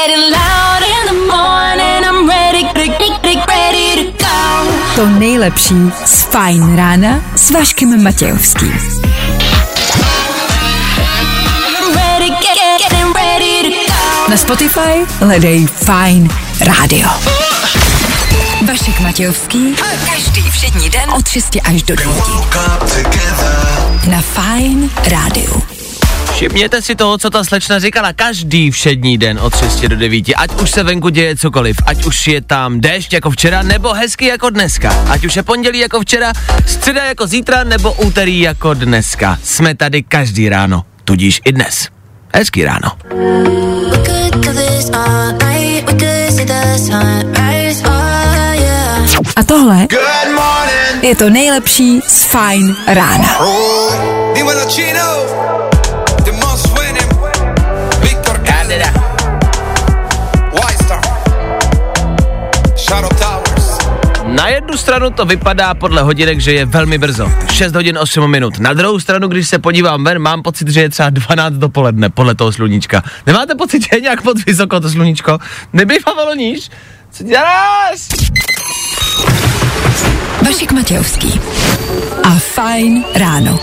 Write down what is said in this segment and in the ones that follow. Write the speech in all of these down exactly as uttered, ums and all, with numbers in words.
To nejlepší z Fajn rána s Vaškem Matějovským. Na Spotify hledej Fajn rádio. Vašek Matějovský každý všední den od šesti až do devíti. Na Fajn rádiu. Všimněte si toho, co ta slečna říkala, každý všední den od šesti do devíti, ať už se venku děje cokoliv, ať už je tam déšť jako včera, nebo hezky jako dneska, ať už je pondělí jako včera, středa jako zítra, nebo úterý jako dneska. Jsme tady každý ráno, tudíž i dnes. Hezký ráno. A tohle je to nejlepší z Fajn rána. Na jednu stranu to vypadá podle hodinek, že je velmi brzo. šest hodin osm minut. Na druhou stranu, když se podívám ven, mám pocit, že je třeba dvanáct dopoledne podle toho sluníčka. Nemáte pocit, že je nějak moc vysoko to sluníčko? Nebývalo níž? Co děláš? Vašek Matějovský a Fajn ráno.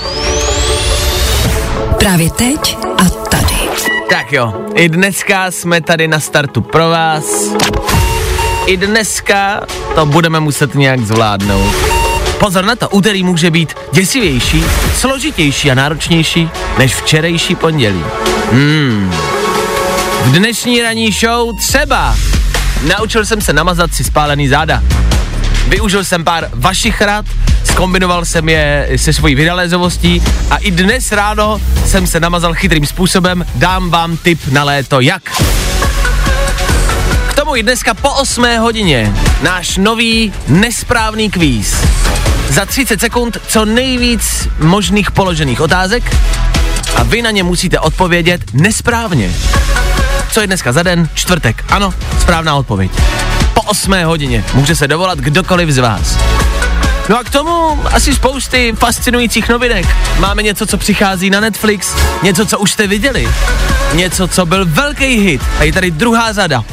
Právě teď a tady. Tak jo, i dneska jsme tady na startu pro vás. I dneska to budeme muset nějak zvládnout. Pozor na to, úterý může být děsivější, složitější a náročnější než včerejší pondělí. Hmm. V dnešní ranní show třeba naučil jsem se namazat si spálený záda. Využil jsem pár vašich rad, zkombinoval jsem je se svojí vynalézovostí a i dnes ráno jsem se namazal chytrým způsobem. Dám vám tip na léto jak. K tomu i dneska po osmé hodině náš nový nesprávný kvíz. Za třicet sekund co nejvíc možných položených otázek a vy na ně musíte odpovědět nesprávně. Co je dneska za den? Čtvrtek. Ano, správná odpověď. Po osmé hodině může se dovolat kdokoliv z vás. No a k tomu asi spousty fascinujících novinek. Máme něco, co přichází na Netflix, něco, co už jste viděli, něco, co byl velký hit. A je tady druhá řada.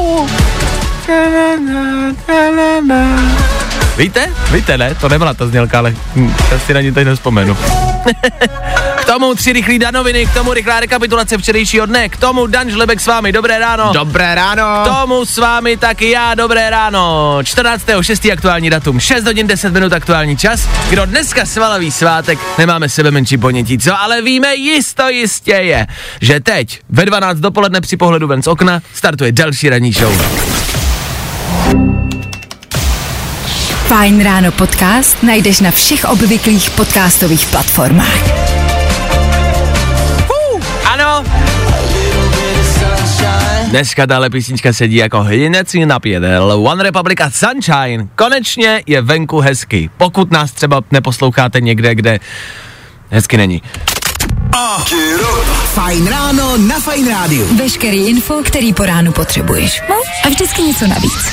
Víte? Víte, ne? To nebyla ta znělka, ale hm, já si na ní teď nevzpomenu. K tomu tři rychlý danoviny, k tomu rychlá rekapitulace včerejšího dne, k tomu Dan Žlebek s vámi, dobré ráno. Dobré ráno. K tomu s vámi taky já, dobré ráno. čtrnáctého šestého aktuální datum, šest hodin deset minut aktuální čas. Kdo dneska svalový svátek, nemáme sebe menší ponětí, co ale víme jisto jistě je, že teď ve dvanáct dopoledne při pohledu ven z okna startuje další ranní show. Fajn ráno podcast najdeš na všech obvyklých podcastových platformách. Uh, ano. Dneska tahle písnička sedí jako hliněcí na pědel. One Republic a Sunshine. Konečně je venku hezky. Pokud nás třeba neposloucháte někde, kde hezky není. Fajn ráno na Fajn rádiu. Veškerý info, který po ránu potřebuješ. No a vždycky něco navíc.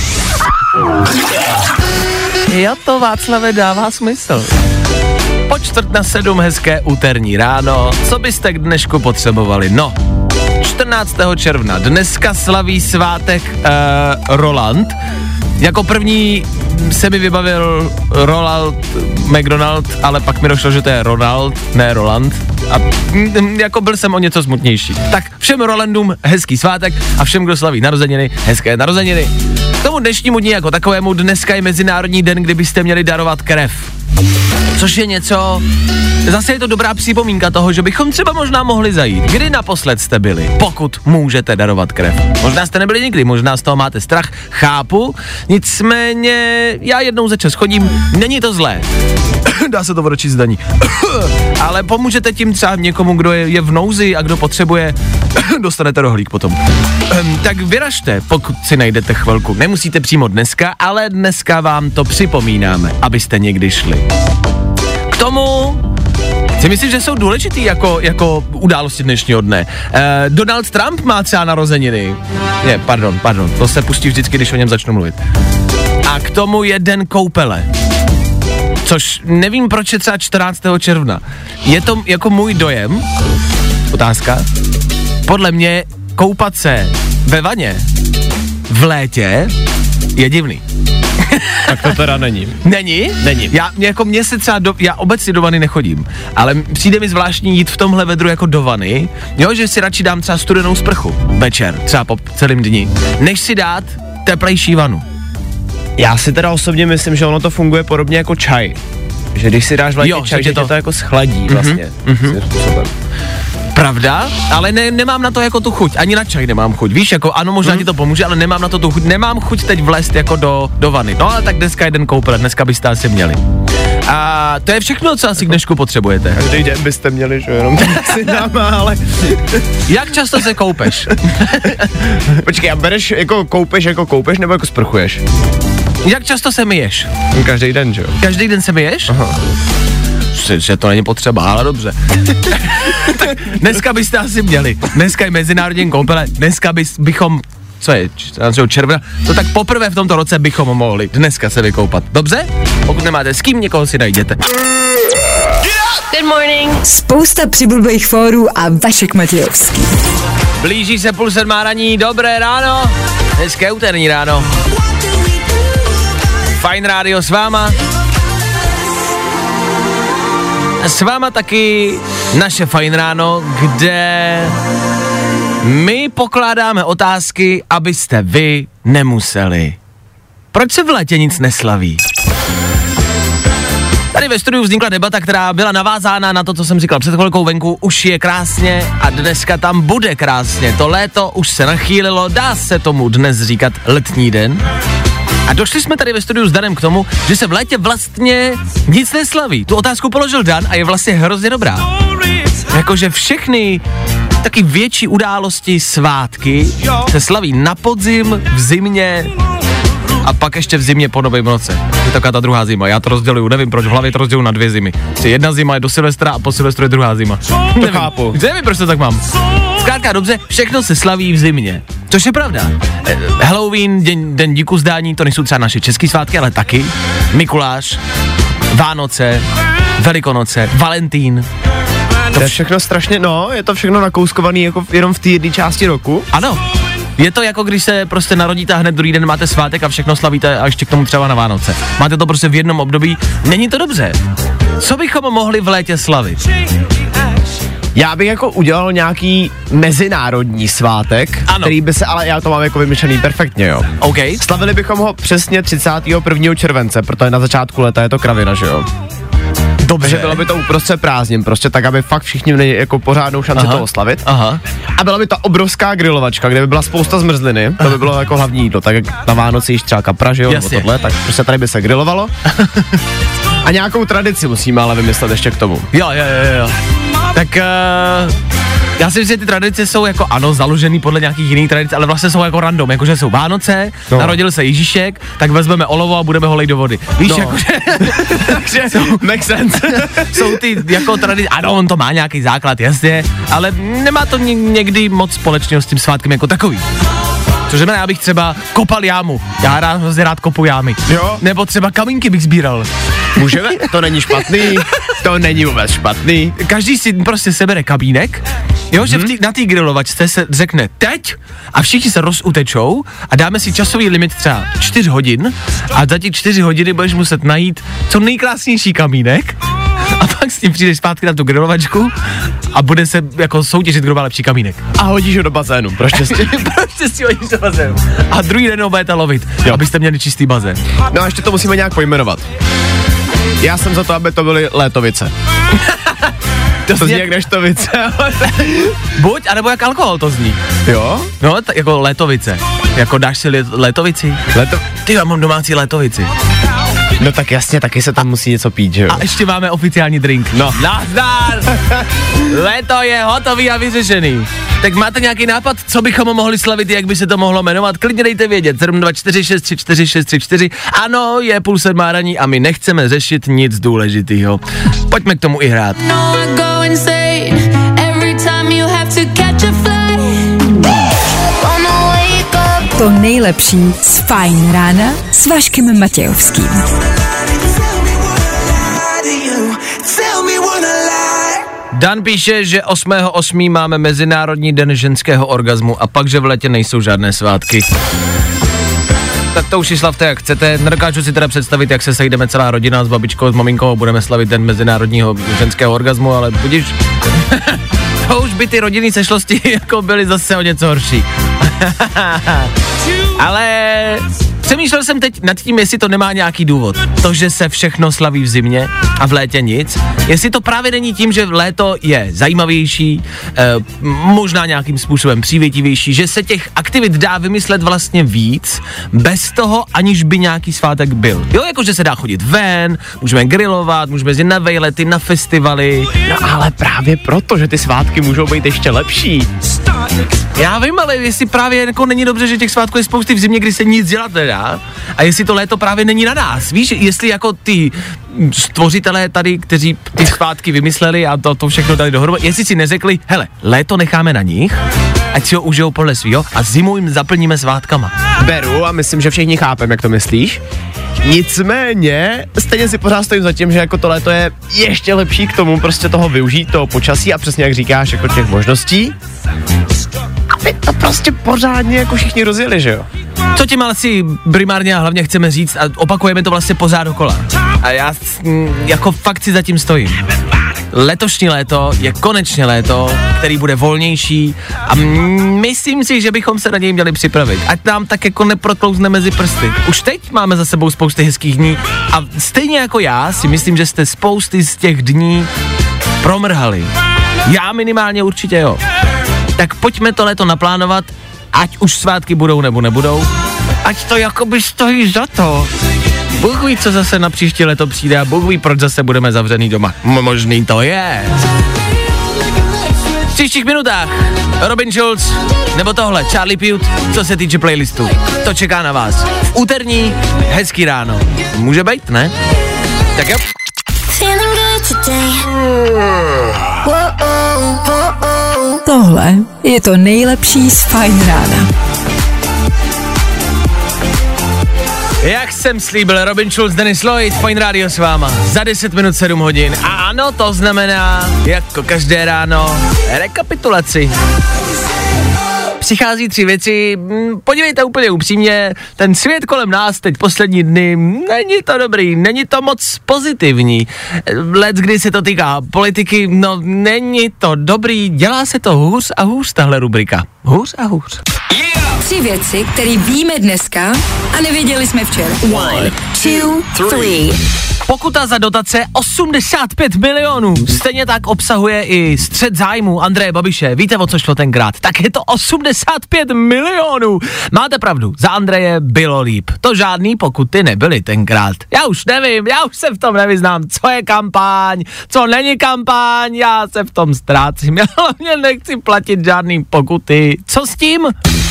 Jo, to Václave dává smysl. Po čtvrt na sedm hezké úterní ráno. Co byste k dnešku potřebovali? No, čtrnáctého června. Dneska slaví svátek uh, Roland. Jako první se mi vybavil Ronald McDonald, ale pak mi došlo, že to je Ronald, ne Roland. A mm, jako byl jsem o něco smutnější. Tak všem Rolandům hezký svátek a všem, kdo slaví narozeniny, hezké narozeniny. K tomu dnešnímu dní jako takovému dneska je mezinárodní den, kdy byste měli darovat krev. Což je něco, zase je to dobrá připomínka toho, že bychom třeba možná mohli zajít. Kdy naposled jste byli, pokud můžete darovat krev? Možná jste nebyli nikdy, možná z toho máte strach, chápu, nicméně já jednou za čas chodím, není to zlé. Dá se to vročit zdaní. Ale pomůžete tím třeba někomu, kdo je, je v nouzi a kdo potřebuje, dostanete rohlík potom. Tak vyražte, pokud si najdete chvilku. Nemusíte přímo dneska, ale dneska vám to připomínáme, abyste někdy šli. K tomu si myslím, že jsou důležitý jako, jako události dnešního dne. Eh, Donald Trump má třeba narozeniny. Ne, pardon, pardon, to se pustí vždycky, když o něm začnu mluvit. A k tomu je den koupele. Což nevím, proč je třeba čtrnáctého června. Je to jako můj dojem, otázka, podle mě koupat se ve vaně v létě je divný. Tak to teda není. Není? Není. Já, jako mě se třeba, do, já obecně do vany nechodím, ale přijde mi zvláštní jít v tomhle vedru jako do vany, jo, že si radši dám třeba studenou sprchu večer, třeba po celém dni, než si dát teplejší vanu. Já si teda osobně myslím, že ono to funguje podobně jako čaj. Že když si dáš v létě čaj, že tě to... to jako schladí vlastně. Mm-hmm. Mm-hmm. Pravda, ale ne, nemám na to jako tu chuť, ani na čaj nemám chuť, víš, jako ano, možná mm. ti to pomůže, ale nemám na to tu chuť, nemám chuť teď vlézt jako do, do vany, no ale tak dneska jeden koupele, dneska byste asi měli. A to je všechno, co asi k dnešku potřebujete. Každý den byste měli, že jenom si náma, ale... Jak často se koupeš? Počkej, a bereš jako koupeš, jako koupeš, nebo jako sprchuješ? Jak často se myješ? Každý den, že jo? Každý den se myješ? Aha. Že to není potřeba, ale dobře. Tak dneska byste asi měli. Dneska je mezinárodní koupele, dneska bys, bychom, co je, června, to tak poprvé v tomto roce bychom mohli dneska se vykoupat. Dobře? Pokud nemáte s kým, někoho si najděte. Good morning. Spousta přibulbých fórů a Vašek Matějovský. Blíží se půl sedmá raní, dobré ráno. Dneska je úterní ráno. Fajn rádio s váma. S váma taky naše Fajn ráno, kde my pokládáme otázky, abyste vy nemuseli. Proč se v létě nic neslaví? Tady ve studiu vznikla debata, která byla navázána na to, co jsem říkal před chvilkou venku. Už je krásně a dneska tam bude krásně. To léto už se nachýlilo, dá se tomu dnes říkat letní den. A došli jsme tady ve studiu s Danem k tomu, že se v létě vlastně nic neslaví. Tu otázku položil Dan a je vlastně hrozně dobrá. Jakože všechny taky větší události, svátky se slaví na podzim, v zimě a pak ještě v zimě po Novém roce. Je taková ta druhá zima. Já to rozděluju, nevím proč, v hlavě to rozděluju na dvě zimy. Jedna zima je do Silvestra a po Silvestru je druhá zima. To nevím. Chápu. Nevím, proč to tak mám. Zkrátka dobře, všechno se slaví v zimě. Což je pravda. Halloween, den, den díku zdání, to nejsou třeba naše český svátky, ale taky. Mikuláš, Vánoce, Velikonoce, Valentín. To je všechno strašně, no, je to všechno nakouskovaný jako jenom v té jedné části roku. Ano. Je to jako když se prostě narodíte a hned druhý den máte svátek a všechno slavíte a ještě k tomu třeba na Vánoce. Máte to prostě v jednom období. Není to dobře. Co bychom mohli v létě slavit? Já bych jako udělal nějaký mezinárodní svátek, ano. Který by se, ale já to mám jako vymyšlený perfektně, jo. OK. Slavili bychom ho přesně třicátého prvního července, protože na začátku léta je to kravina, že jo. Dobře. Takže bylo by to uprostřed prázdnin, prostě tak, aby fakt všichni měli jako pořádnou šanci toho oslavit. Aha. A byla by ta obrovská grilovačka, kde by byla spousta zmrzliny, to by bylo jako hlavní jídlo, tak jak na Vánoci již třeba kapra, že jo, nebo tohle, tak prostě tady by se grilovalo. A nějakou tradici musíme ale vymyslet ještě k tomu. Jo, jo, jo, jo. Tak uh, já si myslím, že ty tradice jsou jako ano, založený podle nějakých jiných tradic, ale vlastně jsou jako random, jakože jsou Vánoce, no. Narodil se Ježíšek, tak vezmeme olovo a budeme ho lejt do vody. Víš, no. Jakože, takže make sense. Jsou ty jako tradice, ano, on to má nějaký základ, jasně, ale nemá to někdy moc společného s tím svátkem jako takový. Což znamená, já bych třeba kopal jámu. Já rád, hrozně rád kopu jámy. Jo. Nebo třeba kamínky bych sbíral. Můžeme? To není špatný. To není vůbec špatný. Každý si prostě sebere kamínek, jo, hmm. že v tý, na té grilovačce se řekne teď a všichni se rozutečou a dáme si časový limit třeba čtyři hodin a za těch čtyři hodiny budeš muset najít co nejkrásnější kamínek a pak s tím přijdeš zpátky na tu grilovačku a bude se jako soutěžit, kdo má lepší kamínek. A hodíš ho do bazénu, pro štěstí. Pro štěstí hodíš do bazénu. A druhý den ho budete lovit, jo. Abyste měli čistý bazén. No a ještě to musíme nějak pojmenovat. Já jsem za to, aby to byly létovice. To, to zní jak neštovice. Buď, anebo jak alkohol to zní. Jo? No, t- jako létovice. Jako dáš si li- létovici? Leto... Ty, já mám domácí létovici. No tak jasně, taky se tam a, musí něco pít, že jo? A ještě máme oficiální drink. No. Nazdar! Léto je hotový a vyřešený. Tak máte nějaký nápad, co bychom mohli slavit, jak by se to mohlo jmenovat? Klidně dejte vědět. sedm dva čtyři šest tři čtyři šest tři čtyři. Ano, je půl sedmá raní a my nechceme řešit nic důležitýho. Pojďme k tomu i hrát. To nejlepší z Fajn rána s Vaškem Matějovským. Dan píše, že osmého osmého máme Mezinárodní den ženského orgazmu a pak, že v létě nejsou žádné svátky. Tak to už si slavte, jak chcete. Nedokážu si teda představit, jak se sejdeme celá rodina s babičkou, s maminkou a budeme slavit den Mezinárodního ženského orgazmu, ale budíš... To už by ty rodinné sešlosti jako byly zase o něco horší. Ale přemýšlel jsem teď nad tím, jestli to nemá nějaký důvod. To, že se všechno slaví v zimě a v létě nic. Jestli to právě není tím, že léto je zajímavější, eh, možná nějakým způsobem přívětivější, že se těch aktivit dá vymyslet vlastně víc, bez toho, aniž by nějaký svátek byl. Jo, jakože se dá chodit ven, můžeme grillovat, můžeme jezdit na vejlety, na festivaly. No ale právě proto, že ty svátky můžou být ještě lepší. Já vím, ale jestli právě jako není dobře, že těch svátků je spousty v zimě, kdy se nic dělat nedá, a jestli to léto právě není na nás, víš, jestli jako ty stvořitelé tady, kteří ty svátky vymysleli a to, to všechno dali dohromady, jestli si neřekli, hele, léto necháme na nich, ať si ho užijou podle svýho a zimu jim zaplníme svátkama. Beru a myslím, že všichni chápem, jak to myslíš. Nicméně, stejně si pořád stojím za tím, že jako to léto je ještě lepší k tomu prostě toho využít, toho počasí a přesně jak říkáš, jako těch možností, aby to prostě pořádně jako všichni rozjeli, že jo? Co tím ale si primárně a hlavně chceme říct a opakujeme to vlastně pořád dokola. A já jako fakt si zatím stojím. Letošní léto je konečně léto, který bude volnější a myslím si, že bychom se na něj měli připravit. Ať nám tak jako neproklouzne mezi prsty. Už teď máme za sebou spousty hezkých dní a stejně jako já si myslím, že jste spousty z těch dní promrhali. Já minimálně určitě jo. Tak pojďme to léto naplánovat, ať už svátky budou nebo nebudou, ať to jakoby stojí za to. Bůh ví, co zase na příští leto přijde a Bůh ví, proč zase budeme zavřený doma. M- možný to je. V příštích minutách Robin Schulz nebo tohle, Charlie Puth, co se týče playlistu. To čeká na vás. V úterní hezký ráno. Může být, ne? Tak jo. Tohle je to nejlepší z Fajn rána. Jak jsem slíbil, Robin Schulz, Dennis Lloyd, Fajn rádio s váma. Za deset minut sedm hodin. A ano, to znamená, jako každé ráno, rekapitulaci. Přichází tři věci, podívejte úplně upřímně, ten svět kolem nás teď poslední dny, není to dobrý, není to moc pozitivní. Let, kdy se to týká politiky, no není to dobrý, dělá se to hůř a hůř tahle rubrika. Hůř a hůř. Tři věci, které víme dneska a nevěděli jsme včera. One, two, three. Pokuta za dotace osmdesát pět milionů. Stejně tak obsahuje i střet zájmu Andreje Babiše. Víte, o co šlo tenkrát? Tak je to osmdesát pět milionů. Máte pravdu, za Andreje bylo líp. To žádný pokuty nebyly tenkrát. Já už nevím, já už se v tom nevyznám, co je kampaň, co není kampaň, já se v tom ztrácím. Já hlavně nechci platit žádný pokuty. Co s tím?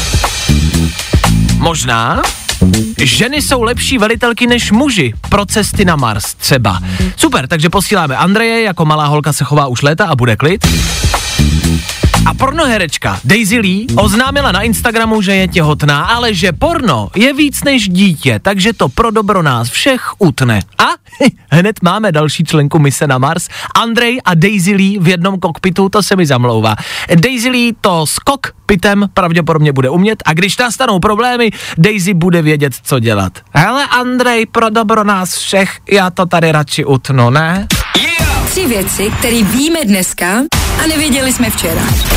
Možná ženy jsou lepší velitelky než muži pro cesty na Mars třeba. Super, takže posíláme Andreje, jako malá holka se chová už léta a bude klid. A pornoherečka Daisy Lee oznámila na Instagramu, že je těhotná, ale že porno je víc než dítě, takže to pro dobro nás všech utne. A hned máme další členku mise na Mars. Andrej a Daisy Lee v jednom kokpitu, to se mi zamlouvá. Daisy Lee to s kokpitem pravděpodobně bude umět a když nastanou problémy, Daisy bude vědět, co dělat. Hele Andrej, pro dobro nás všech, já to tady radši utnu, ne? Yeah! Tři věci, které víme dneska a nevěděli jsme včera.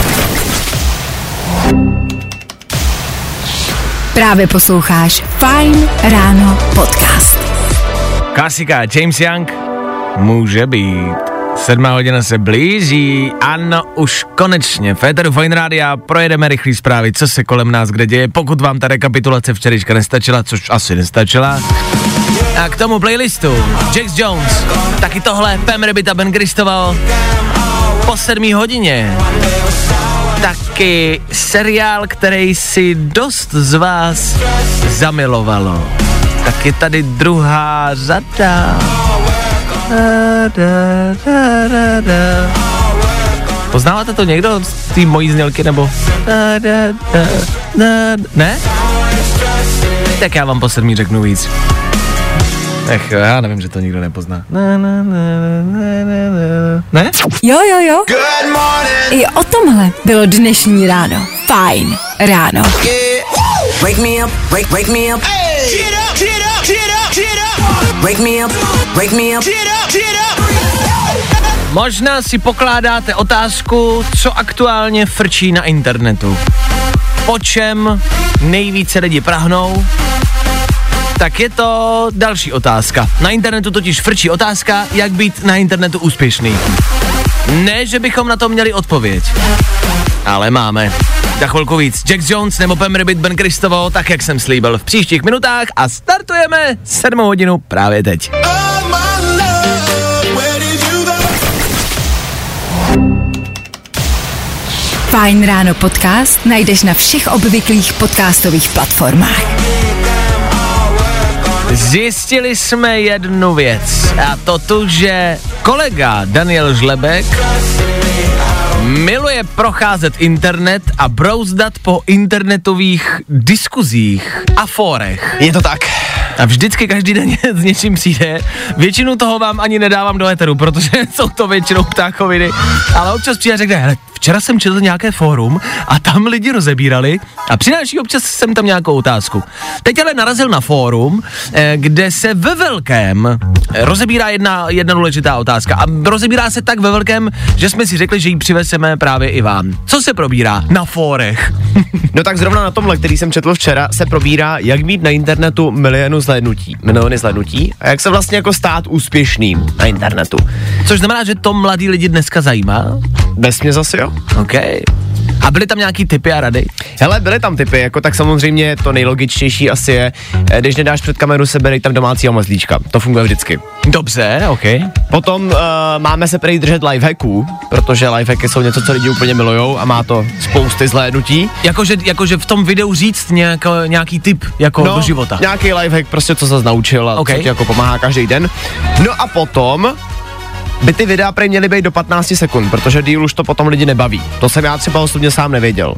Právě posloucháš Fajn ráno podcast. Klasika, James Young, může být. Sedmá hodina se blíží, ano, už konečně. V éteru Fajn rádia projedeme rychlý zprávy, co se kolem nás kde děje, pokud vám ta rekapitulace včerejška nestačila, což asi nestačila. A k tomu playlistu Jax Jones, taky tohle, Pam Rabbit a Ben Christoval. Po sedmý hodině taky seriál, který si dost z vás zamilovalo. Tak je tady druhá řada. Da, da, da, da, da. Poznáváte to někdo z té mojí znělky, nebo? Da, da, da, da. Ne? Tak já vám po sedmí řeknu víc. Ech, já nevím, že to nikdo nepozná. Ne, ne, ne, ne, ne, ne? Jo, jo, jo. Good morning. I o tomhle bylo dnešní ráno. Fajn ráno. Wake me up, wake, wake me up. Hey. Get up, get up, get up, get up. Wake me up, wake me up. Get up, get up. Možná si pokládáte otázku, co aktuálně frčí na internetu. Po čem nejvíce lidi prahnou? Tak je to další otázka. Na internetu totiž frčí otázka, jak být na internetu úspěšný. Ne, že bychom na to měli odpověď, ale máme. Za chvilku víc Jack Jones nebo Pam Ribbit, Ben Kristovo, tak jak jsem slíbil v příštích minutách a startujeme sedmou hodinu právě teď. Fajn ráno podcast najdeš na všech obvyklých podcastových platformách. Zjistili jsme jednu věc, a to tu, že kolega Daniel Žlebek miluje procházet internet a brouzdat po internetových diskuzích a fórech. Je to tak. A vždycky každý den s něčím přijde. Většinu toho vám ani nedávám do éteru, protože jsou to většinou ptákoviny. Ale občas přijde a řekne, hele, včera jsem četl nějaké fórum a tam lidi rozebírali a přináší občas sem tam nějakou otázku. Teď ale narazil na fórum, kde se ve velkém rozebírá jedna, jedna důležitá otázka. A rozebírá se tak ve velkém, že jsme si řekli, že ji přivezeme právě i vám. Co se probírá na fórech? No tak zrovna na tomhle, který jsem četl včera, se probírá, jak mít na internetu milionu zhlédnutí, miliony zhlédnutí a jak se vlastně jako stát úspěšným na internetu. Což znamená, že to mladý lidi dneska zajímá? Vesmě zase jo. OK. A byly tam nějaký tipy a rady? Hele, byly tam tipy, jako tak samozřejmě to nejlogičtější asi je, když nedáš před kameru sebe, dej tam domácího mazlíčka. To funguje vždycky. Dobře, OK. Potom uh, máme se prý držet lifehacků, protože lifehacky jsou něco, co lidi úplně milujou a má to spousty zhlédnutí. Jakože, jakože v tom videu říct nějak, nějaký tip jako no, do života. Nějaký lifehack, prostě co se naučil a okay. Co ti jako pomáhá každý den. No a potom by ty videa prej měly být do patnáct sekund, protože díl už to potom lidi nebaví. To jsem já třeba osobně sám nevěděl.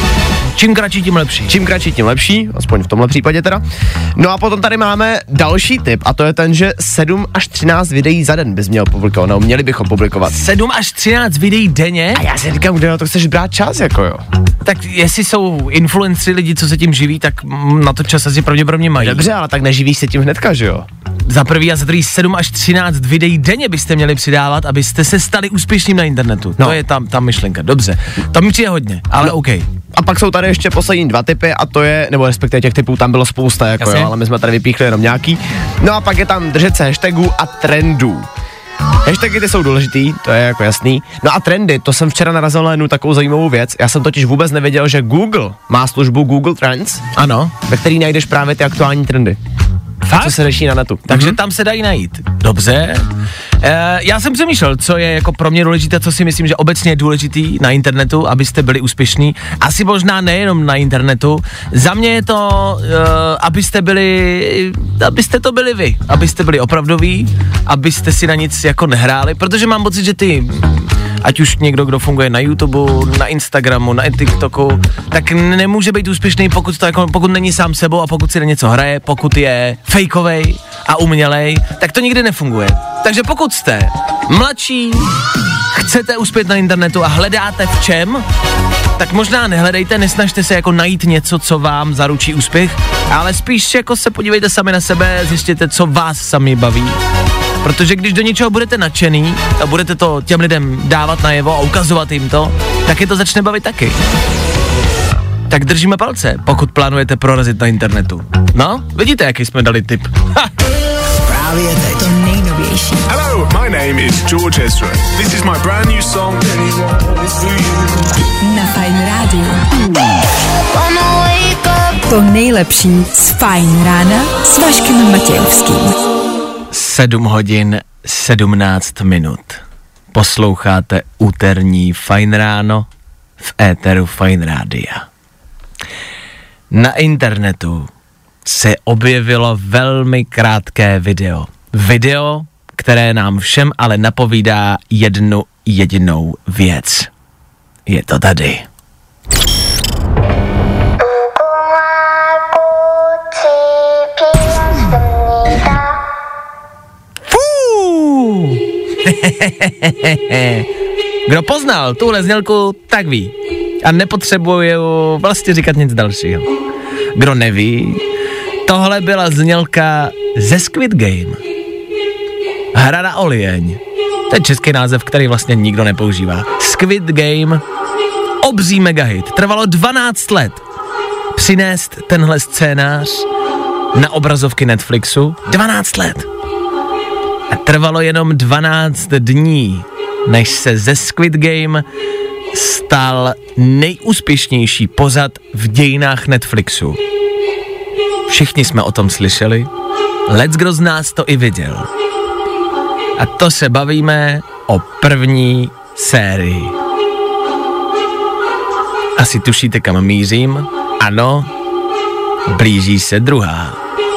Čím kratší, tím lepší. Čím kratší, tím lepší, aspoň v tomhle případě teda. No a potom tady máme další tip a to je ten, že sedm až třináct videí za den bys měl publikovat, no měli bychom publikovat. sedm až třináct videí denně? A já si říkám, kde na to chceš brát čas, jako jo. Tak jestli jsou influenceři lidi, co se tím živí, tak na to čas asi pravděpodobně mají. Dobře, ale tak neživíš se tím hnedka, že jo? Za prvý a za druhý sedm až třináct videí denně byste měli přidávat, abyste se stali úspěšným na internetu. No. To je tam ta myšlenka, dobře. To mi přijde hodně, ale no. OK. A pak jsou tady ještě poslední dva typy a to je, nebo respektive těch typů tam bylo spousta, jako jo, ale my jsme tady vypíchli jenom nějaký. No a pak je tam držet se hashtagů a trendů. Hashtagy ty jsou důležitý, to je jako jasný. No a trendy, to jsem včera narazil na jednu takovou zajímavou věc. Já jsem totiž vůbec nevěděl, že Google má službu Google Trends. Ano. Ve který najdeš právě ty aktuální trendy. Fakt? Co se řeší na netu. Takže mm-hmm. tam se dají najít. Dobře. E, já jsem přemýšlel, co je jako pro mě důležité, co si myslím, že obecně je důležitý na internetu, abyste byli úspěšní. Asi možná nejenom na internetu. Za mě je to, e, abyste byli, abyste to byli vy. Abyste byli opravdoví, abyste si na nic jako nehráli, protože mám pocit, že ty, ať už někdo, kdo funguje na YouTube, na Instagramu, na TikToku, tak nemůže být úspěšný, pokud to jako, pokud není sám sebou a pokud si na něco hraje, pokud je fejkovej a umělej, tak to nikdy nefunguje. Takže pokud jste mladší, chcete uspět na internetu a hledáte v čem, tak možná nehledejte, nesnažte se jako najít něco, co vám zaručí úspěch, ale spíš jako se podívejte sami na sebe, zjistěte, co vás sami baví. Protože když do něčeho budete nadšený a budete to těm lidem dávat najevo a ukazovat jim to, tak je to začne bavit taky. Tak držíme palce, pokud plánujete prorazit na internetu. No, vidíte, jaký jsme dali tip. Ha! Právě teď. To nejnovější. Hello, my name is George Ezra. This is my brand new song. Na Fajn rádiu. To nejlepší z Fajn rána s Vaškem Matějovským. sedm hodin sedmnáct minut. Posloucháte úterní Fajn ráno v éteru Fajn rádia. Na internetu se objevilo velmi krátké video. Video, které nám všem ale napovídá jednu jedinou věc. Je to tady. Kdo poznal tuhle znělku, tak ví. A nepotřebuju vlastně říkat nic dalšího. Kdo neví, tohle byla znělka ze Squid Game. Hra na olieň. To je český název, který vlastně nikdo nepoužívá. Squid Game, obří megahit. Trvalo dvanáct let přinést tenhle scénář na obrazovky Netflixu. dvanáct let. A trvalo jenom dvanáct dní, než se ze Squid Game stal nejúspěšnější pořad v dějinách Netflixu. Všichni jsme o tom slyšeli, leckdo z nás to i viděl. A to se bavíme o první sérii. Asi tušíte, kam mířím? Ano, blíží se druhá.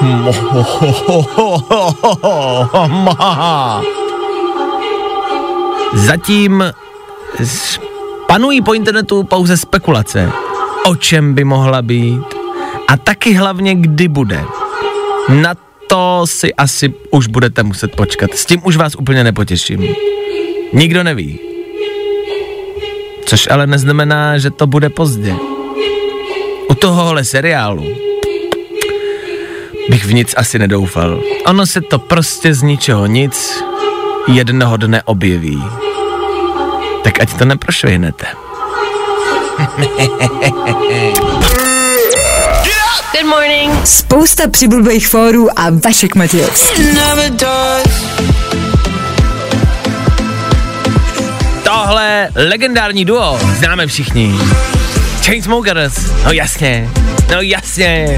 Zatím panují po internetu pouze spekulace, o čem by mohla být a taky hlavně kdy bude. Na to si asi už budete muset počkat. S tím už vás úplně nepotěším. Nikdo neví. Což ale neznamená, že to bude pozdě. U tohohle seriálu bych v nic asi nedoufal. Ono se to prostě z ničeho nic jednoho dne objeví. Tak ať to neprošvihnete. Good morning. Spousta přibulbých fórů a Vašek Matějovský. Tohle legendární duo známe všichni. Chainsmokers, no jasně, no jasně.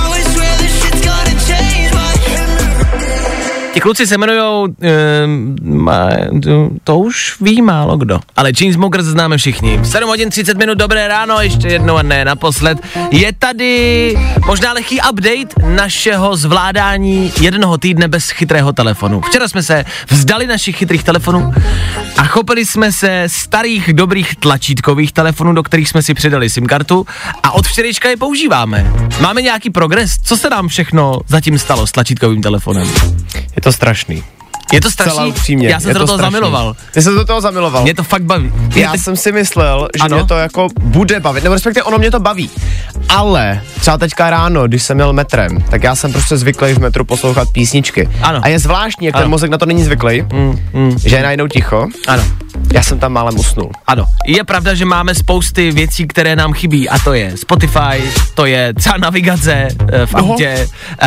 Ti kluci se jmenujou, uh, to už ví málo kdo, ale Chainsmokers známe všichni. sedm hodin třicet minut, dobré ráno, ještě jednou a ne naposled. Je tady možná lehký update našeho zvládání jednoho týdne bez chytrého telefonu. Včera jsme se vzdali našich chytrých telefonů a chopili jsme se starých dobrých tlačítkových telefonů, do kterých jsme si přidali SIM kartu a od včerejška je používáme. Máme nějaký progres? Co se nám všechno zatím stalo s tlačítkovým telefonem? Je to strašný. Je to strašný? Upřímně, já jsem se do toho strašný. zamiloval. Ty jsem se do toho zamiloval. Mě to fakt baví. Já jsem si myslel, že ano? mě to jako bude bavit, nebo respektive ono mě to baví. Ale třeba teďka ráno, když jsem jel metrem, tak já jsem prostě zvyklý v metru poslouchat písničky. Ano. A je zvláštní, jak ano. ten mozek na to není zvyklý, mm, mm. že je najednou ticho. Ano. Já jsem tam málem usnul. Ano, je pravda, že máme spousty věcí, které nám chybí, a to je Spotify, to je celá navigace uh, v autě, uh,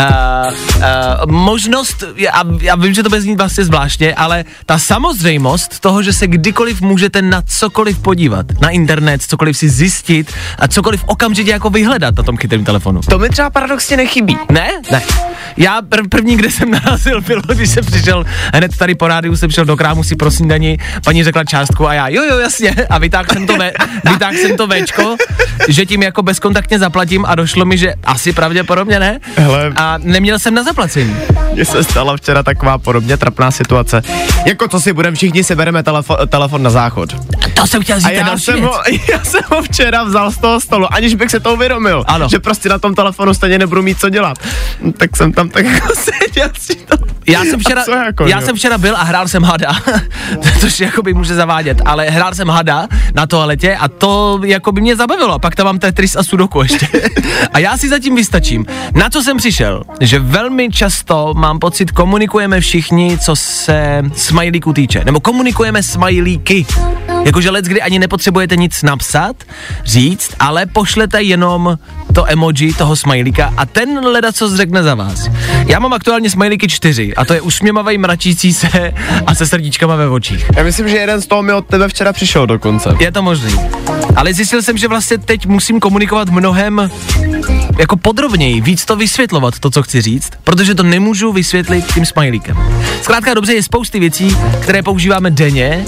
uh, možnost, já, já vím, že to bude znít vlastně zvláštně, ale ta samozřejmost toho, že se kdykoliv můžete na cokoliv podívat, na internet, cokoliv si zjistit a cokoliv okamžitě jako vyhledat na tom chytrém telefonu. To mi třeba paradoxně nechybí. Ne? Ne. Já prv, první, kde jsem narazil, bylo, když jsem přišel, hned tady po rádiu jsem přišel do krámu si pro snídani, paní řekla částku a já, jo, jo, jasně, a vytáhl jsem to, ve, vytáhl jsem to Včko, že tím jako bezkontaktně zaplatím a došlo mi, že asi pravděpodobně ne. Hele. A neměl jsem na zaplacení. Mně se stala včera taková podobně trapná situace. Jako co si budeme, všichni si bereme telefo- telefon na záchod. To jsem chtěl říct, a já jsem, ho, já jsem ho včera vzal z toho stolu, aniž bych se to uvědomil, ano. že prostě na tom telefonu stejně nebudu mít co dělat. Tak jsem tam tak jako seděl si to. Já jsem včera, jako, já jsem včera byl a hrál jsem hada, což jakoby může zavádět, ale hrál jsem hada na toaletě a to jakoby mě zabavilo. A pak tam mám Tetris a Sudoku ještě. A já si zatím vystačím. Na co jsem přišel? Že velmi často mám pocit, komunikujeme všichni, co se smajlíku týče. Nebo komunikujeme smajlíky. Jakože leckdy ani nepotřebujete nic napsat, říct, ale pošlete jenom to emoji toho smajlíka a ten ledacos řekne za vás. Já mám aktuálně smajlíky čtyři a to je usměvavej, mračící se a se srdíčkama ve očích. Já myslím, že jeden z toho mi od tebe včera přišel dokonce. Je to možný. Ale zjistil jsem, že vlastně teď musím komunikovat mnohem jako podrobněji, víc to vysvětlovat, to, co chci říct, protože to nemůžu vysvětlit tím smajlíkem. Zkrátka dobře, je spousty věcí, které používáme denně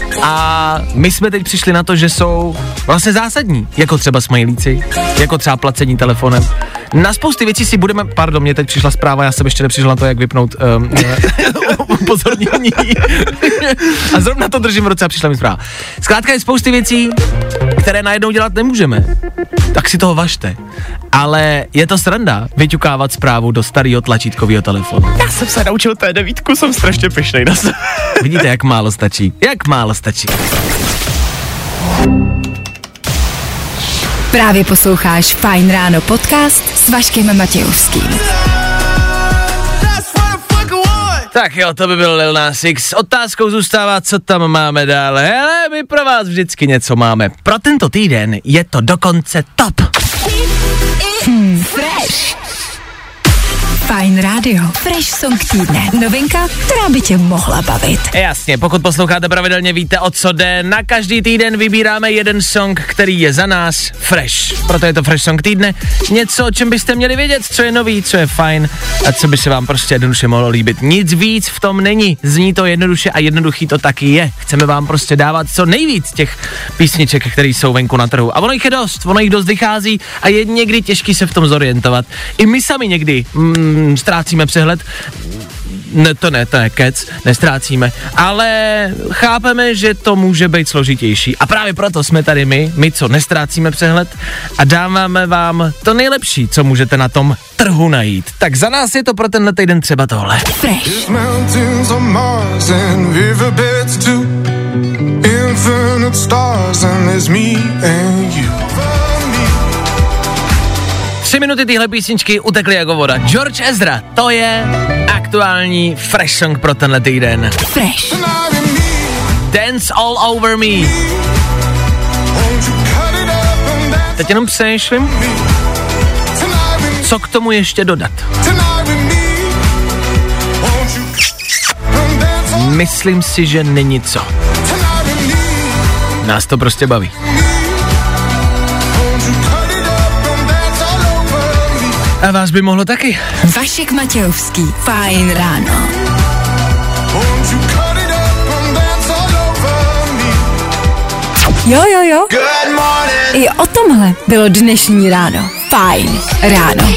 a my jsme teď přišli na to, že jsou vlastně zásadní, jako třeba smajlíci, jako třeba placení telefonem. Na spousty věcí si budeme, pardon, mě teď přišla zpráva, já jsem ještě nepřišel na to, jak vypnout um, upozornění. A zrovna to držím v ruce a přišla mi zpráva. Zkrátka je spousty věcí, které najednou dělat nemůžeme. Tak si toho važte. Ale je to sranda vyťukávat zprávu do starého tlačítkového telefonu. Já jsem se naučil té devítku, jsem strašně pyšnej na sebe. Vidíte, jak málo stačí. Jak málo stačí. Právě posloucháš Fajn ráno podcast s Vaškem Matějovským. Tak jo, to by byl Lil Nas X. Otázkou zůstává, co tam máme dále. Hele, my pro vás vždycky něco máme. Pro tento týden je to dokonce top. Hmm, fresh. Fajn rádio. Fresh song týdne. Novinka, která by tě mohla bavit. Jasně, pokud posloucháte pravidelně, víte, o co jde. Na každý týden vybíráme jeden song, který je za nás fresh. Proto je to Fresh song týdne. Něco, o čem byste měli vědět, co je nový, co je fajn a co by se vám prostě jednoduše mohlo líbit. Nic víc v tom není. Zní to jednoduše a jednoduchý to taky je. Chceme vám prostě dávat co nejvíc těch písniček, které jsou venku na trhu. A ono jich je dost, ono jich dost vychází a je někdy těžký se v tom zorientovat. I my sami někdy mm, ztrácíme přehled. Ne, to ne, to je kec, nestrácíme, ale chápeme, že to může být složitější a právě proto jsme tady my, my co nestrácíme přehled a dáváme vám to nejlepší, co můžete na tom trhu najít. Tak za nás je to pro tenhle týden třeba tohle. Fresh. Tři minuty téhle písničky utekly jako voda. George Ezra, to je aktuální fresh song pro tenhle týden. Fresh. Dance all over me. Teď jenom přemýšlím, co k tomu ještě dodat. Myslím si, že není co. Nás to prostě baví. A vás by mohlo taky. Vašek Matějovský. Fajn ráno. Jo, jo, jo. I o tomhle bylo dnešní ráno. Fajn ráno.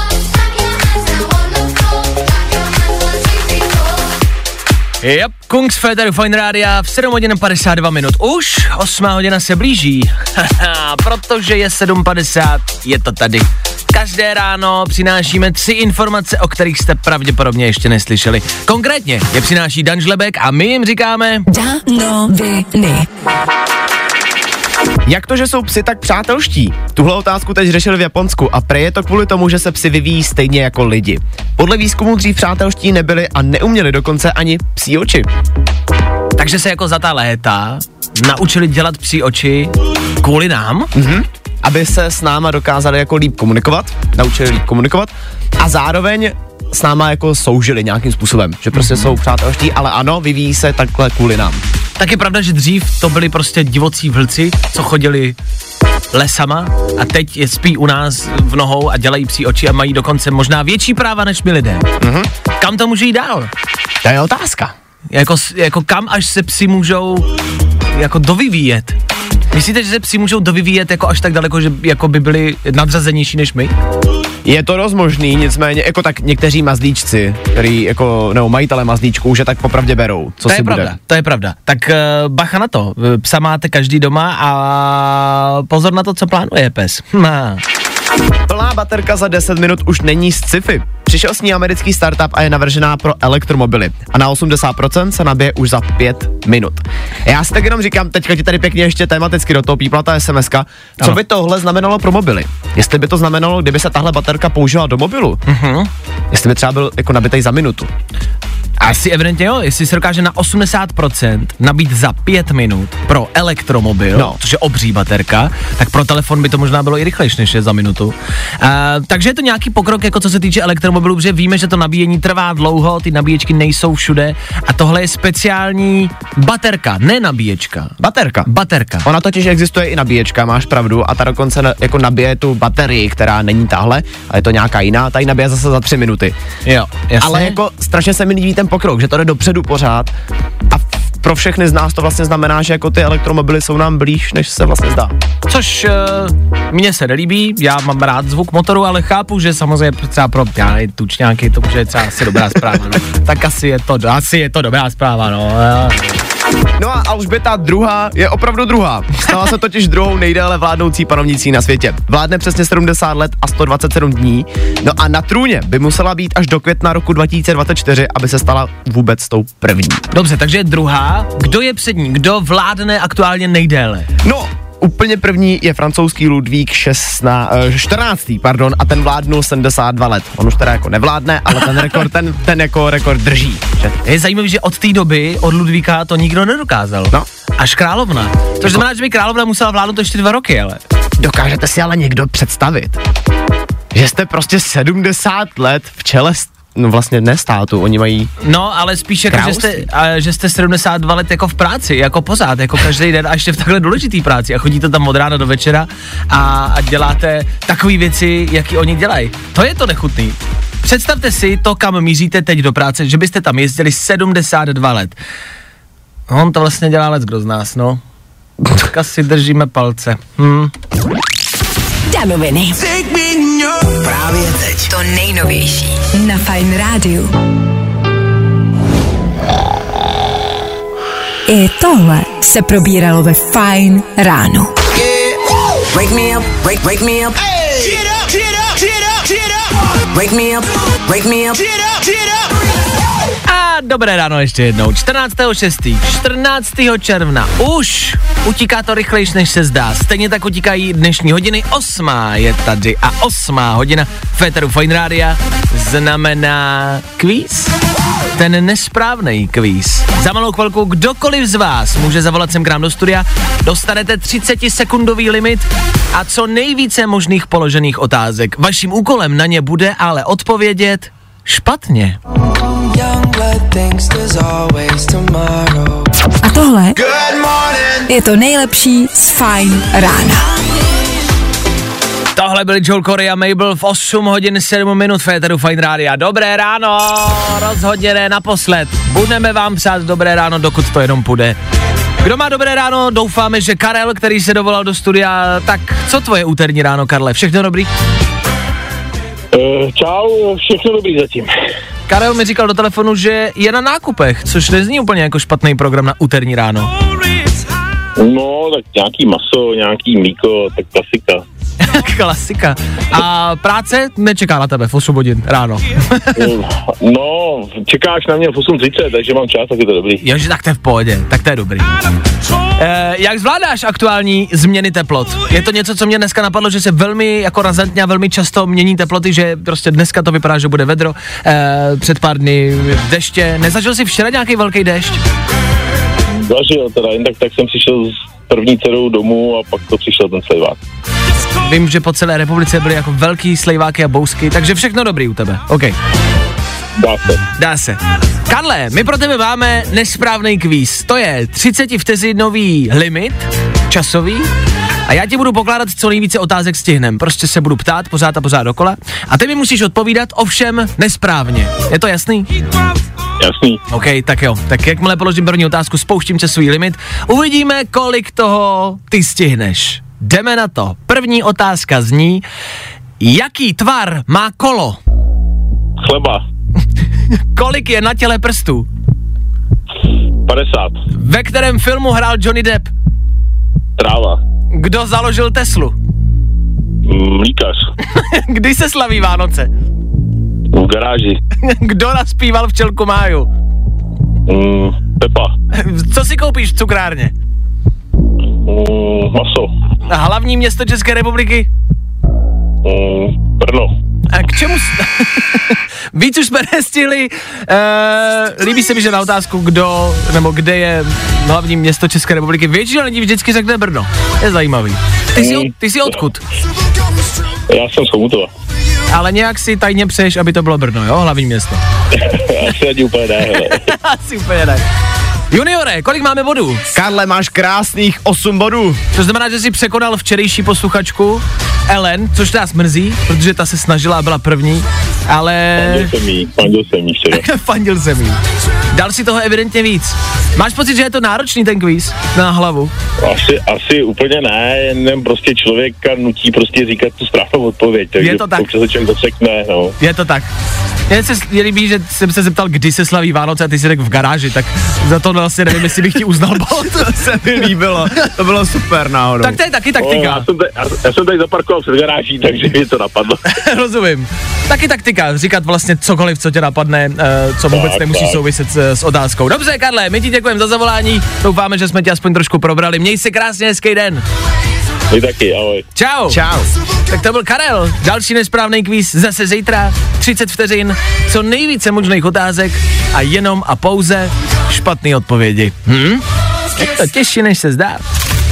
Yep, Kungs Féteru Fajn Rádia v sedm hodin padesát dva minut. Už osmá hodina se blíží, protože je sedm padesát, je to tady. Každé ráno přinášíme tři informace, o kterých jste pravděpodobně ještě neslyšeli. Konkrétně je přináší Dan Žlebek a my jim říkáme Danoviny. Jak to, že jsou psi tak přátelští? Tuhle otázku teď řešili v Japonsku a prej je to kvůli tomu, že se psi vyvíjí stejně jako lidi. Podle výzkumu dřív přátelští nebyli a neuměli dokonce ani psí oči. Takže se jako za ta léta naučili dělat psí oči kvůli nám? Mhm. Aby se s náma dokázali jako líp komunikovat, naučili líp komunikovat a zároveň s náma jako soužili nějakým způsobem, že prostě mm-hmm. jsou přátelští, ale ano, vyvíjí se takhle kvůli nám. Tak je pravda, že dřív to byli prostě divocí vlci, co chodili lesama a teď je spí u nás v nohou a dělají psí oči a mají dokonce možná větší práva než my lidé. Mm-hmm. Kam to může jít dál? To je otázka. Jako, jako kam až se psi můžou jako dovyvíjet? Myslíte, že se psi můžou dovyvíjet jako až tak daleko, že jako by byli nadřazenější než my? Je to dost možný, nicméně jako tak někteří mazlíčci, který jako, nebo majitele mazlíčků, že tak popravdě berou, co to si je bude. Pravda, to je pravda. Tak uh, bacha na to, psa máte každý doma a pozor na to, co plánuje pes. Má. Plná baterka za deset minut už není sci-fi. Přišel s ní americký startup a je navržená pro elektromobily. A na osmdesát procent se nabije už za pět minut. Já si tak jenom říkám, teďka ti tady pěkně ještě tematicky do toho pípla ta es em eska, co ano. by tohle znamenalo pro mobily? Jestli by to znamenalo, kdyby se tahle baterka použila do mobilu, uh-huh. jestli by třeba byl jako nabitej za minutu. Asi evidentně jo, jestli se dokáže na osmdesát procent nabít za pět minut pro elektromobil, no. což je obří baterka, tak pro telefon by to možná bylo i rychlejší než je za minutu. Uh, takže je to nějaký pokrok, jako co se týče elektromobilů, protože víme, že to nabíjení trvá dlouho, ty nabíječky nejsou všude a tohle je speciální baterka, ne nabíječka. Baterka. Baterka. Ona totiž existuje i nabíječka, máš pravdu, a ta dokonce na, jako nabije tu baterii, která není tahle, ale je to nějaká jiná, ta ji nabije zase za tři minuty. Jo, jasně. Ale jako strašně se mi líbí ten pokrok, že to jde dopředu pořád a v pro všechny z nás to vlastně znamená, že jako ty elektromobily jsou nám blíž, než se vlastně zdá. Což uh, mně se nelíbí, já mám rád zvuk motoru, ale chápu, že samozřejmě třeba pro já nevím, tučňáky to může třeba asi dobrá zpráva, no. Tak asi je to, asi je to dobrá zpráva, no. No a Alžběta druhá je opravdu druhá. Stala se totiž druhou nejdéle vládnoucí panovnicí na světě. Vládne přesně sedmdesát let a sto dvacet sedm dní. No a na trůně by musela být až do května roku dva tisíce dvacet čtyři, aby se stala vůbec tou první. Dobře, takže je druhá. Kdo je před ní? Kdo vládne aktuálně nejdéle? No, úplně první je francouzský Ludvík čtrnáctý, pardon, a ten vládnul sedmdesát dva let. On už teda jako nevládne, ale ten rekord, ten, ten jako rekord drží. Že? Je zajímavé, že od té doby, od Ludvíka, to nikdo nedokázal. No. Až královna. To znamená, že by královna musela vládnout ještě dva roky, ale. Dokážete si ale někdo představit, že jste prostě sedmdesát let v čele st- no vlastně ne státu, oni mají... No, ale spíš jako, že jste, a, že jste sedmdesát dva let jako v práci, jako pořád, jako každý den a ještě v takhle důležitý práci a chodíte tam od rána do večera a, a děláte takové věci, jaký oni dělají. To je to nechutný. Představte si to, kam míříte teď do práce, že byste tam jezdili sedmdesát dva let. On to vlastně dělá leckdo z nás, no. Tak asi držíme palce. Hm. Danoviny. Právě teď. To nejnovější na Fajn rádiu. I tohle se probíralo ve Fajn ráno. Wake me up, wake, wake me up. Get up, get up, get up, get up. Wake me up, wake me up. Get up, get up. A dobré ráno ještě jednou. čtrnáctého šestého čtrnáctého června. Už utíká to rychlejš, než se zdá. Stejně tak utíkají dnešní hodiny. Osmá je tady a osmá hodina v éteru Fajn rádia znamená kvíz. Ten nesprávnej kvíz. Za malou chvilku kdokoliv z vás může zavolat sem k nám do studia. Dostanete třicetisekundový limit a co nejvíce možných položených otázek. Vaším úkolem na ně bude ale odpovědět špatně. A tohle je to nejlepší z Fajn rána. Tohle byli Joel Corey a Mabel v osm hodin sedm minut v éteru Fajn rádia. Dobré ráno, rozhodně ne naposled. Budeme vám psát dobré ráno, dokud to jenom půjde. Kdo má dobré ráno, doufáme, že Karel, který se dovolal do studia. Tak co tvoje úterní ráno, Karle? Všechno dobrý? Uh, čau, všechno dobrý zatím. Karel mi říkal do telefonu, že je na nákupech, což nezní úplně jako špatný program na úterní ráno. No, tak nějaký maso, nějaký mlíko, tak klasika. Klasika. A práce nečeká na tebe v osm hodin ráno. No, čekáš na mě v osm třicet, takže mám čas, tak je to dobrý. Jože, tak to je v pohodě, tak to je dobrý. E, jak zvládáš aktuální změny teplot? Je to něco, co mě dneska napadlo, že se velmi jako razantně a velmi často mění teploty, že prostě dneska to vypadá, že bude vedro, e, před pár dny deště. Nezažil jsi včera nějaký velký déšť? Zažil teda, jen tak, tak jsem přišel s první dcerou domů a pak to přišel ten slejvák. Vím, že po celé republice byly jako velký slejváky a bousky, takže všechno dobrý u tebe, OK. Dá se. Dá se. Karle, my pro tebe máme nesprávný kvíz. To je třicetivteřinový limit, časový, a já ti budu pokládat co nejvíce otázek stihnem. Prostě se budu ptát pořád a pořád dokola a ty mi musíš odpovídat ovšem nesprávně. Je to jasný? Jasný. OK, tak jo. Tak jakmile položím první otázku, spouštím časový limit. Uvidíme, kolik toho ty stihneš. Jdeme na to. První otázka zní, jaký tvar má kolo? Chleba. Kolik je na těle prstů? padesát. Ve kterém filmu hrál Johnny Depp? Tráva. Kdo založil Teslu? Mlíkař. Kdy se slaví Vánoce? V garáži. Kdo naspíval Včelku Máju? Mm, Pepa. Co si koupíš v cukrárně? Mm, maso. A hlavní město České republiky? Mm, Brno. A k čemu... S... Víc už jsme nestihli. Uh, líbí se mi, že na otázku, kdo, nebo kde je hlavní město České republiky, většina lidí vždycky řekne Brno. Je zajímavý. Ty jsi, od, ty jsi odkud? Já jsem z Chomutova. Ale nějak si tajně přeješ, aby to bylo Brno, jo? Hlavní město. Asi ani úplně ne, hele. Asi úplně ne. Juniore, kolik máme bodů? Karle, máš krásných osm bodů. To znamená, že jsi překonal včerejší posluchačku Ellen, což nás mrzí, protože ta se snažila a byla první, ale... Fandil jsem jí, fandil jsem jí včera. Fandil jsem jí. Dal si toho evidentně víc. Máš pocit, že je to náročný ten kvíz na hlavu? Asi, asi úplně ne, jen prostě člověka nutí prostě říkat tu správnou odpověď, takže je to tak. občas se člověk zasekne, no. Je to tak. Mně se líbí, že jsem se zeptal, kdy se slaví Vánoce a ty jsi řekl v garáži, tak za to vlastně nevím, jestli bych ti uznal bod. To se mi líbilo, to bylo super náhodou. Tak to je taky taktika. O, já, jsem tady, já, já jsem tady zaparkoval před garáží, takže mi to napadlo. Rozumím. Taky taktika, říkat vlastně cokoliv, co tě napadne, uh, co vůbec tak, nemusí tak. souviset s, s otázkou. Dobře, Karle, my ti děkujeme za zavolání, doufáme, že jsme tě aspoň trošku probrali. Měj se krásně, hezký den. Vy taky, ahoj. Čau. Čau. Tak to byl Karel, další nesprávný kvíz zase zítra, třicet vteřin, co nejvíce možných otázek a jenom a pouze špatné odpovědi. Hm? Je to těžší, než se zdá.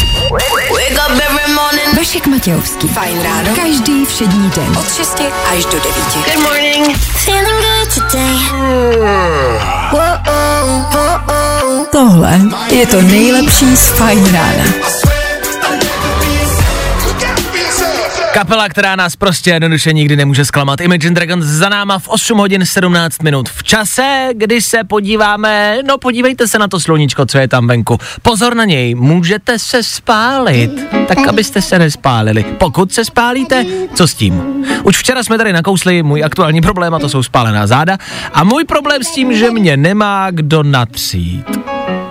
Vašek Matějovský. Fajn ráno. Každý všední den. Od šesti až do devíti. Good morning. Feeling good today. Tohle je to nejlepší z Fajn rána. Kapela, která nás prostě jednoduše nikdy nemůže zklamat. Imagine Dragons za náma v osm hodin sedmnáct minut. V čase, kdy se podíváme, no podívejte se na to sluníčko, co je tam venku. Pozor na něj, můžete se spálit. Tak abyste se nespálili. Pokud se spálíte, co s tím? Už včera jsme tady nakousli můj aktuální problém, a to jsou spálená záda. A můj problém s tím, že mě nemá kdo natřít.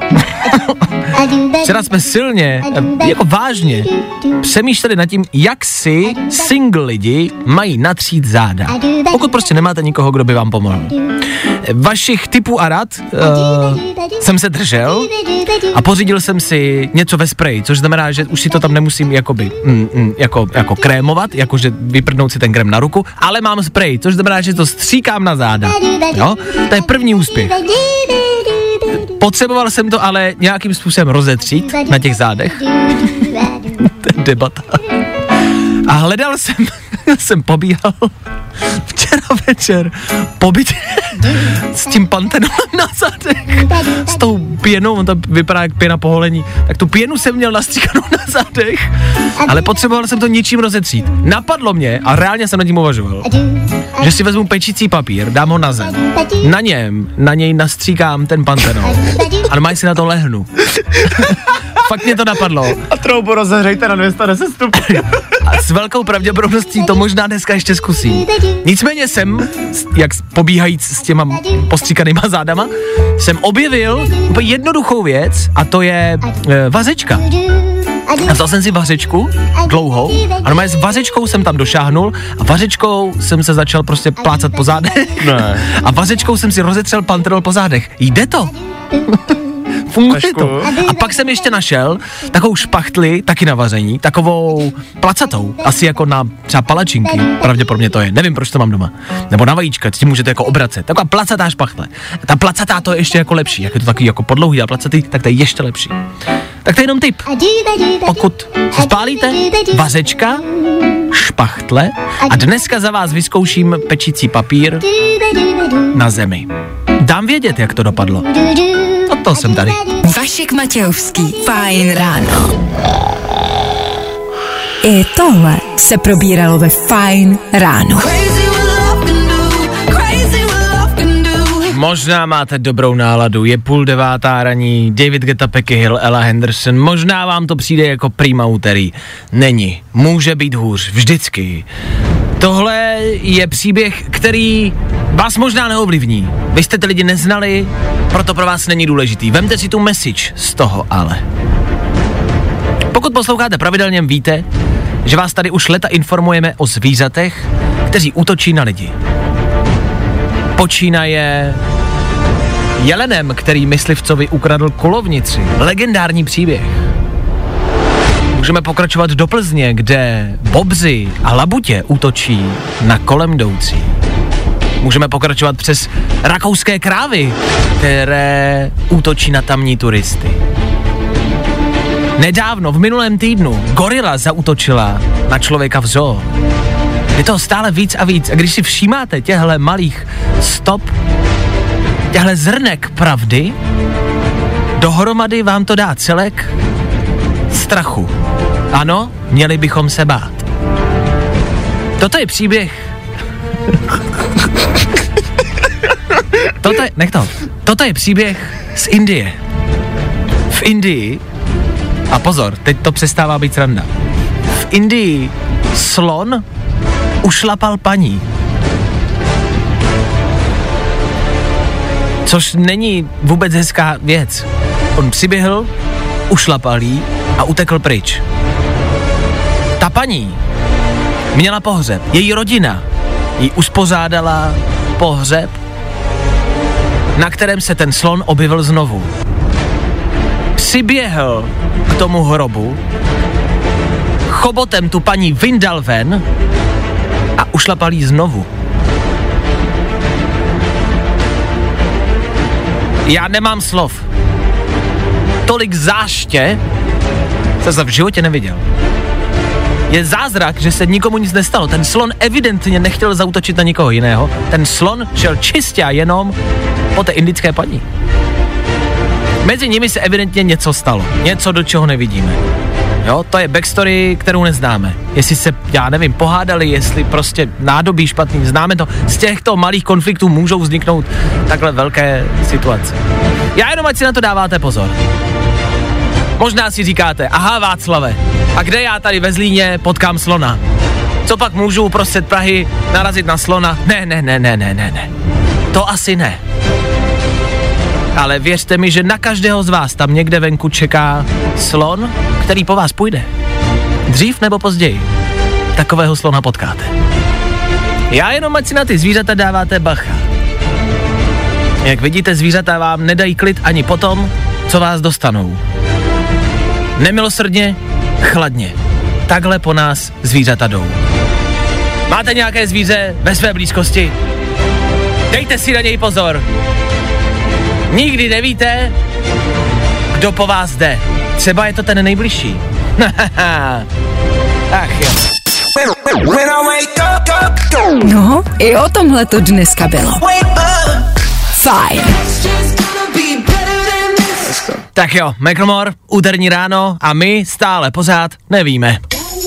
Včera jsme silně, jako vážně, přemýšleli nad tím, jak si single lidi mají natřít záda. Pokud prostě nemáte nikoho, kdo by vám pomohl. Vašich tipů a rad uh, jsem se držel a pořídil jsem si něco ve spreji, což znamená, že už si to tam nemusím jakoby, mm, mm, jako, jako krémovat, jakože vyprdnout si ten krém na ruku, ale mám sprej, což znamená, že to stříkám na záda. Jo? To je první úspěch. Potřeboval jsem to ale nějakým způsobem rozetřít na těch zádech. To je debata. A hledal jsem, jsem pobíhal včera večer po bytě s tím pantenolem na zádech, s tou pěnou, on to vypadá jak pěna po holení, tak tu pěnu jsem měl nastříkanou na zádech, ale potřeboval jsem to něčím rozetřít. Napadlo mě, a reálně jsem nad tím uvažoval, že si vezmu pečící papír, dám ho na zem, na něm, na něj nastříkám ten pantenol a normálně si na to lehnu. Fakt mě to napadlo. A troubu rozehřejte na dvě stě deset stupňů. A s velkou pravděpodobností to možná dneska ještě zkusím. Nicméně jsem, jak pobíhajíc s těma postříkanýma zádama, jsem objevil úplně jednoduchou věc a to je e, vařečka. A vzal jsem si vařečku, dlouhou, a normálně s vařečkou jsem tam došáhnul a vařečkou jsem se začal prostě plácat po zádech. Ne. A vařečkou jsem si rozetřel pantenol po zádech. Jde to? Funguje to. A pak jsem ještě našel takovou špachtli, taky na vaření, takovou placatou, asi jako na třeba palačinky, pravděpodobně to je, nevím, proč to mám doma. Nebo na vajíčka, s tím můžete jako obracet. Taková placatá špachtle. Ta placatá to je ještě jako lepší, jak je to takový jako podlouhý a placatý, tak to je ještě lepší. Tak to je jenom tip. Pokud se spálíte, vařečka, špachtle a dneska za vás vyzkouším pečící papír na zemi. Dám vědět, jak to dopadlo. Od toho jsem tady. Vašek Matějovský. Fajn ráno. I tohle se probíralo ve Fajn ráno. Možná máte dobrou náladu, je půl devátá raní, David Guetta, Becky Hill, Ella Henderson, možná vám to přijde jako prima úterý. Není, může být hůř, vždycky. Tohle je příběh, který vás možná neovlivní. Vy jste ty lidi neznali, proto pro vás není důležitý. Vemte si tu message z toho ale. Pokud posloucháte pravidelně, víte, že vás tady už leta informujeme o zvířatech, kteří útočí na lidi. Počínaje jelenem, který myslivcovi ukradl kulovnici. Legendární příběh. Můžeme pokračovat do Plzně, kde bobři a labutě útočí na kolem jdoucí. Můžeme pokračovat přes rakouské krávy, které útočí na tamní turisty. Nedávno, v minulém týdnu, gorila zaútočila na člověka v zoo. Je toho stále víc a víc. A když si všímáte těchto malých stop, těchto zrnek pravdy, dohromady vám to dá celek strachu. Ano, měli bychom se bát. Toto je příběh. Toto je, nech to. Toto je příběh z Indie. v Indii, a pozor, teď to přestává být sranda, v Indii slon ušlapal paní. Což není vůbec hezká věc. On přiběhl, ušlapal jí a utekl pryč. Ta paní měla pohřeb. Její rodina jí uspořádala pohřeb, na kterém se ten slon objevil znovu. Přiběhl k tomu hrobu, chobotem tu paní vyndal ven a ušlapal jí znovu. Já nemám slov. Tolik záště jsem v životě neviděl. Je zázrak, že se nikomu nic nestalo. Ten slon evidentně nechtěl zaútočit na nikoho jiného. Ten slon šel čistě a jenom po té indické paní. Mezi nimi se evidentně něco stalo. Něco, do čeho nevidíme. Jo, to je backstory, kterou neznáme. Jestli se, já nevím, pohádali, jestli prostě nádobí špatný, známe to. Z těchto malých konfliktů můžou vzniknout takhle velké situace. Já jenom ať si na to dáváte pozor. Možná si říkáte, aha Václave, a kde já tady ve Zlíně potkám slona? Co pak můžu uprostřed Prahy narazit na slona? Ne, ne, ne, ne, ne, ne, ne. To asi ne. Ale věřte mi, že na každého z vás tam někde venku čeká slon, který po vás půjde. Dřív nebo později. Takového slona potkáte. Já jenom ať si na ty zvířata dáváte bacha. Jak vidíte, zvířata vám nedají klid ani potom, co vás dostanou. Nemilosrdně, chladně. Takhle po nás zvířata jdou. Máte nějaké zvíře ve své blízkosti? Dejte si na něj pozor. Nikdy nevíte, kdo po vás jde. Třeba je to ten nejbližší. Ach jo. No, i o tomhle to dneska bylo. Fajn. Tak jo, Macklemore, úterní ráno a my stále pořád nevíme.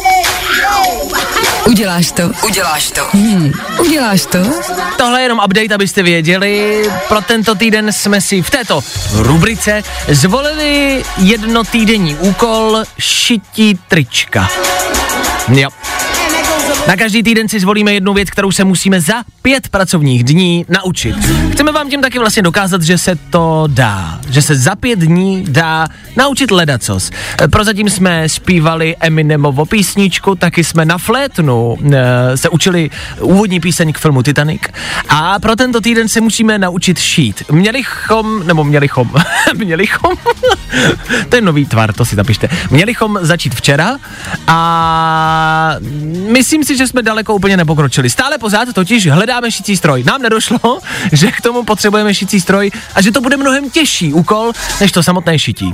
Uděláš to? Uděláš to. Hmm, uděláš to? Tohle je jenom update, abyste věděli. Pro tento týden jsme si v této rubrice zvolili jednotýdenní úkol šití trička. Jo. Na každý týden si zvolíme jednu věc, kterou se musíme za pět pracovních dní naučit. Chceme vám tím taky vlastně dokázat, že se to dá. Že se za pět dní dá naučit ledacos. Prozatím jsme zpívali Eminemovo písničku, taky jsme na flétnu e, se učili úvodní píseň k filmu Titanic. A pro tento týden se musíme naučit šít. Mělichom, nebo mělichom, mělichom, to je nový tvar, to si zapište. Mělichom začít včera a myslím si, že jsme daleko úplně nepokročili. Stále pořád totiž hledáme šicí stroj. Nám nedošlo, že k tomu potřebujeme šicí stroj a že to bude mnohem těžší úkol, než to samotné šití.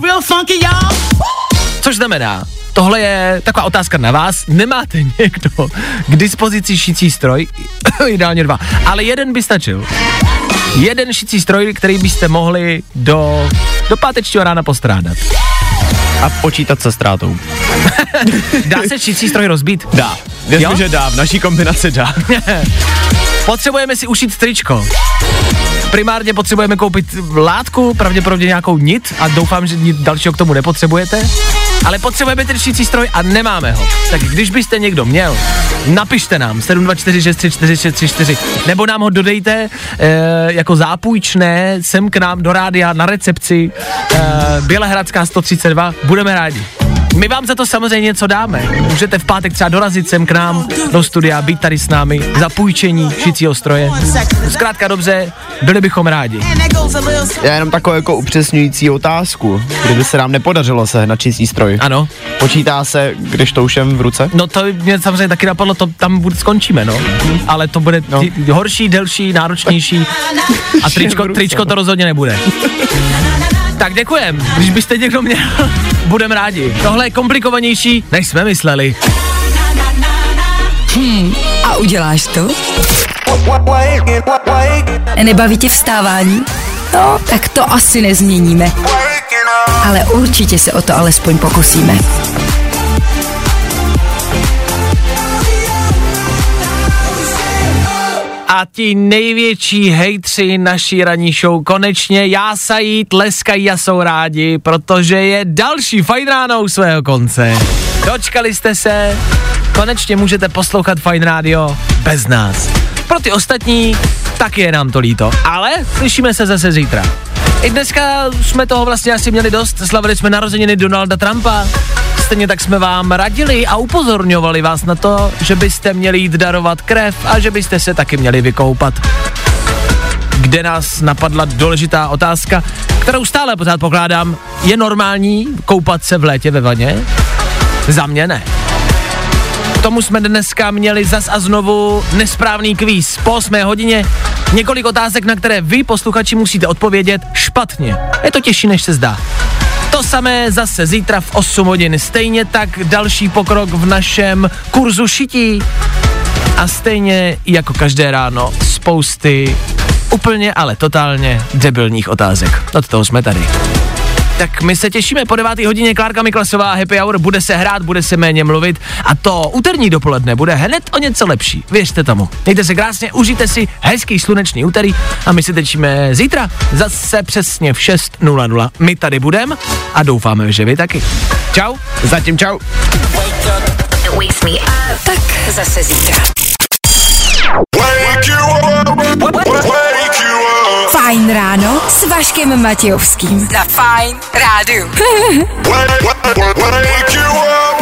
Což znamená, tohle je taková otázka na vás. Nemáte někdo k dispozici šicí stroj? Ideálně dva. Ale jeden by stačil. Jeden šicí stroj, který byste mohli do, do pátečního rána postrádat. A počítat se ztrátou. Dá se šicí stroj rozbít? Dá. Věřím, že dá. V naší kombinaci dá. Potřebujeme si ušít tričko. Primárně potřebujeme koupit látku, pravděpodobně nějakou nit a doufám, že nic dalšího k tomu nepotřebujete. Ale potřebujeme ten šicí stroj a nemáme ho. Tak když byste někdo měl, napište nám sedm dva čtyři šest tři čtyři šest tři čtyři nebo nám ho dodejte e, jako zápůjčné sem k nám do rádia na recepci e, Bělehradská sto třicet dva. Budeme rádi. My vám za to samozřejmě něco dáme. Můžete v pátek třeba dorazit sem k nám do studia, být tady s námi za půjčení šicího stroje. Zkrátka dobře, byli bychom rádi. Já jenom takovou jako upřesňující otázku. Kdyby se nám nepodařilo sehnat šicí stroj. Ano. Počítá se, když to ušem v ruce? No to mě samozřejmě taky napadlo, to tam bude, skončíme, no. Ale to bude no. t- horší, delší, náročnější a tričko, tričko to rozhodně nebude. Tak děkujem, když byste někdo měl, budem rádi. Tohle je komplikovanější, než jsme mysleli. Hmm, a uděláš to? Nebaví tě vstávání? No, tak to asi nezměníme. Ale určitě se o to alespoň pokusíme. a ti největší hejtři naší ranní show konečně jásají, tleskají a jsou rádi, protože je další Fajn ráno u svého konce. Dočkali jste se, konečně můžete poslouchat Fajn rádio bez nás. Pro ty ostatní taky je nám to líto, ale slyšíme se zase zítra. I dneska jsme toho vlastně asi měli dost, slavili jsme narozeniny Donalda Trumpa. Stejně tak jsme vám radili a upozorňovali vás na to, že byste měli jít darovat krev a že byste se taky měli vykoupat. Kde nás napadla důležitá otázka, kterou stále pořád pokládám. Je normální koupat se v létě ve vaně? Za mě ne. K tomu jsme dneska měli zas a znovu nesprávný kvíz po osmé hodině. Několik otázek, na které vy, posluchači, musíte odpovědět špatně. Je to těžší, než se zdá. To samé zase zítra v osm hodin. Stejně tak další pokrok v našem kurzu šití. A stejně jako každé ráno spousty úplně, ale totálně debilních otázek. Od toho jsme tady. Tak my se těšíme po deváté hodině. Klárka Miklasová, Happy Hour, bude se hrát, bude se méně mluvit a to úterní dopoledne bude hned o něco lepší. Věřte tomu. Mějte se krásně, užijte si hezký slunečný úterý a my se těšíme zítra zase přesně v šest nula nula. My tady budeme a doufáme, že vy taky. Čau. Zatím čau. Tak zase zítra. Fajn ráno s Vaškem Matějovským. Za Fajn rádiu.